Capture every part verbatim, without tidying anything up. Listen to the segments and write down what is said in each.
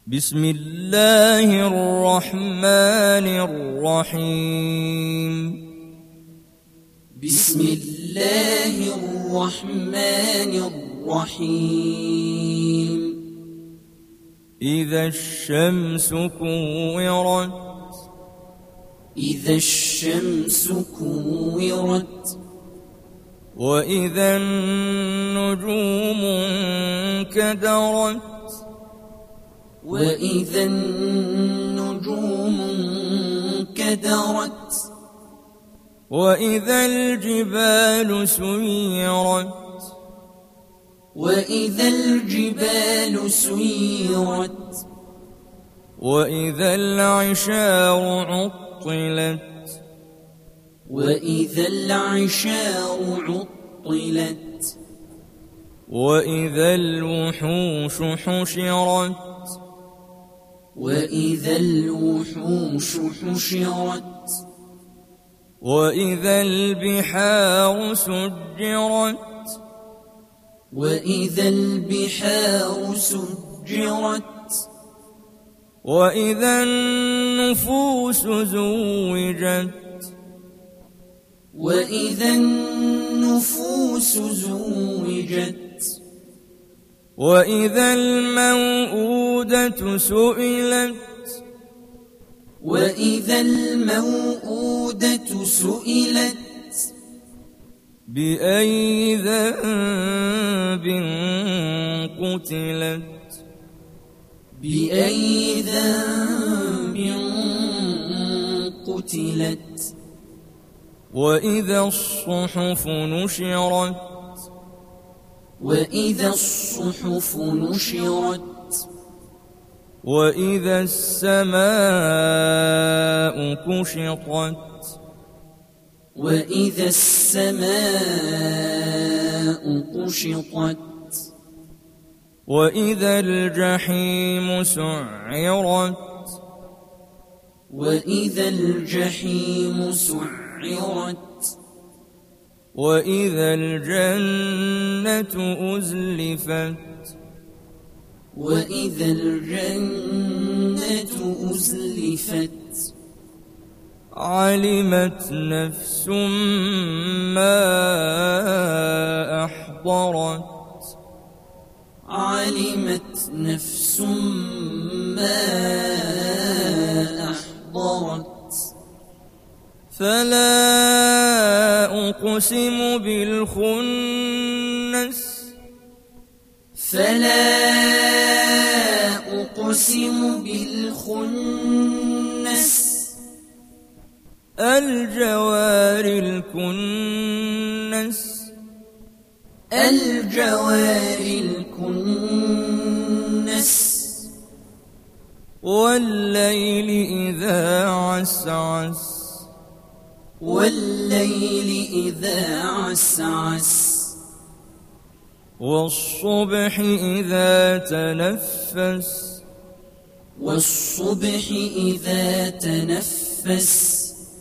بسم الله الرحمن الرحيم بسم الله الرحمن الرحيم إذا الشمس كورت إذا الشمس كورت وإذا النجوم انكدرت وإذا النجوم انكدرت وإذا الجبال سيرت وإذا الجبال سيرت وإذا العشار عطلت وإذا العشار عطلت وإذا الوحوش حشرت وإذا الوحوش حشرت وإذا البحار سجرت وإذا البحار سجرت وإذا النفوس زوجت وإذا النفوس زوجت وإذا الموءودة سئلت وإذا الموءودة سئلت بأي ذنب قتلت بأي ذنب قتلت وإذا الصحف نشرت وإذا الصحف نشرت وإذا السماء كشطت وإذا السماء كشطت وإذا الجحيم سعرت وإذا الجحيم سعرت وإذا الجنة أزلفت وإذا الجنة أزلفت علمت نفس ما أحضرت علمت نفس ما أحضرت فلا أقسم بالخنس فلا أقسم بالخنس الجوار الكنس الجوار الكنس والليل إذا عسعس والليل إذا عسعس والصبح إذا تنفس والصبح إذا تنفس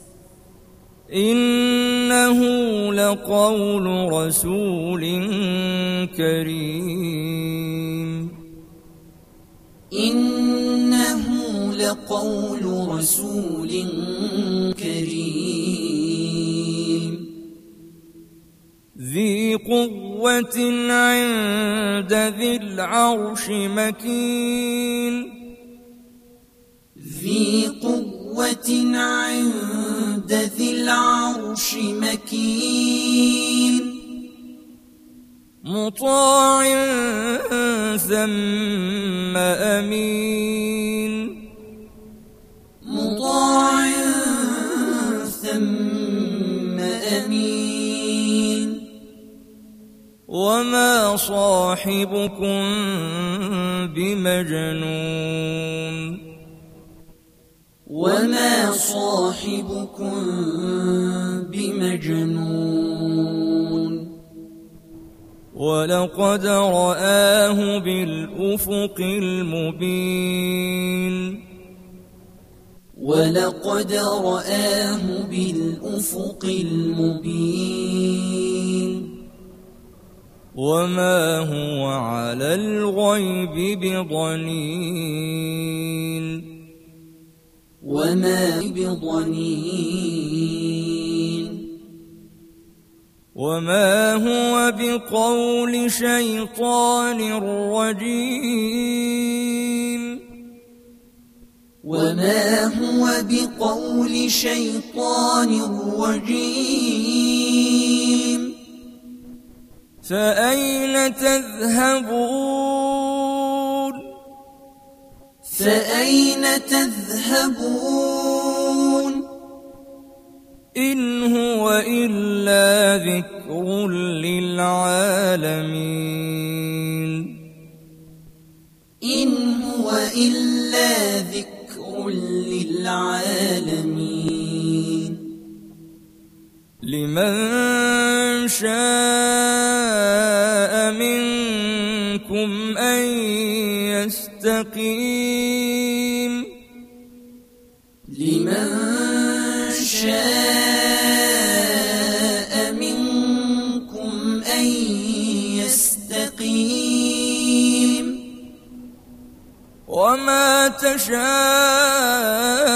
إنه لقول رسول كريم إنه لقول رسول كريم ذي قوة عند ذي العرش مكين ذي قوة عند ذي العرش مكين مطاع ثم أمين مطاع ثم أمين وما صاحبكم بمجنون وما صاحبكم بمجنون ولقد رآه بالأفق المبين ولقد رآه بالأفق المبين وما هو على الغيب بضنين وما بضنين وما هو بقول شيطان رجيم وما هو بقول شيطان رجيم فأين تذهبون فأين تذهبون إن هو إلا ذكر للعالمين إن هو إلا ذكر للعالمين لمن شاء منكم أن يستقيم لمن شاء منكم أن يستقيم وما تشاءون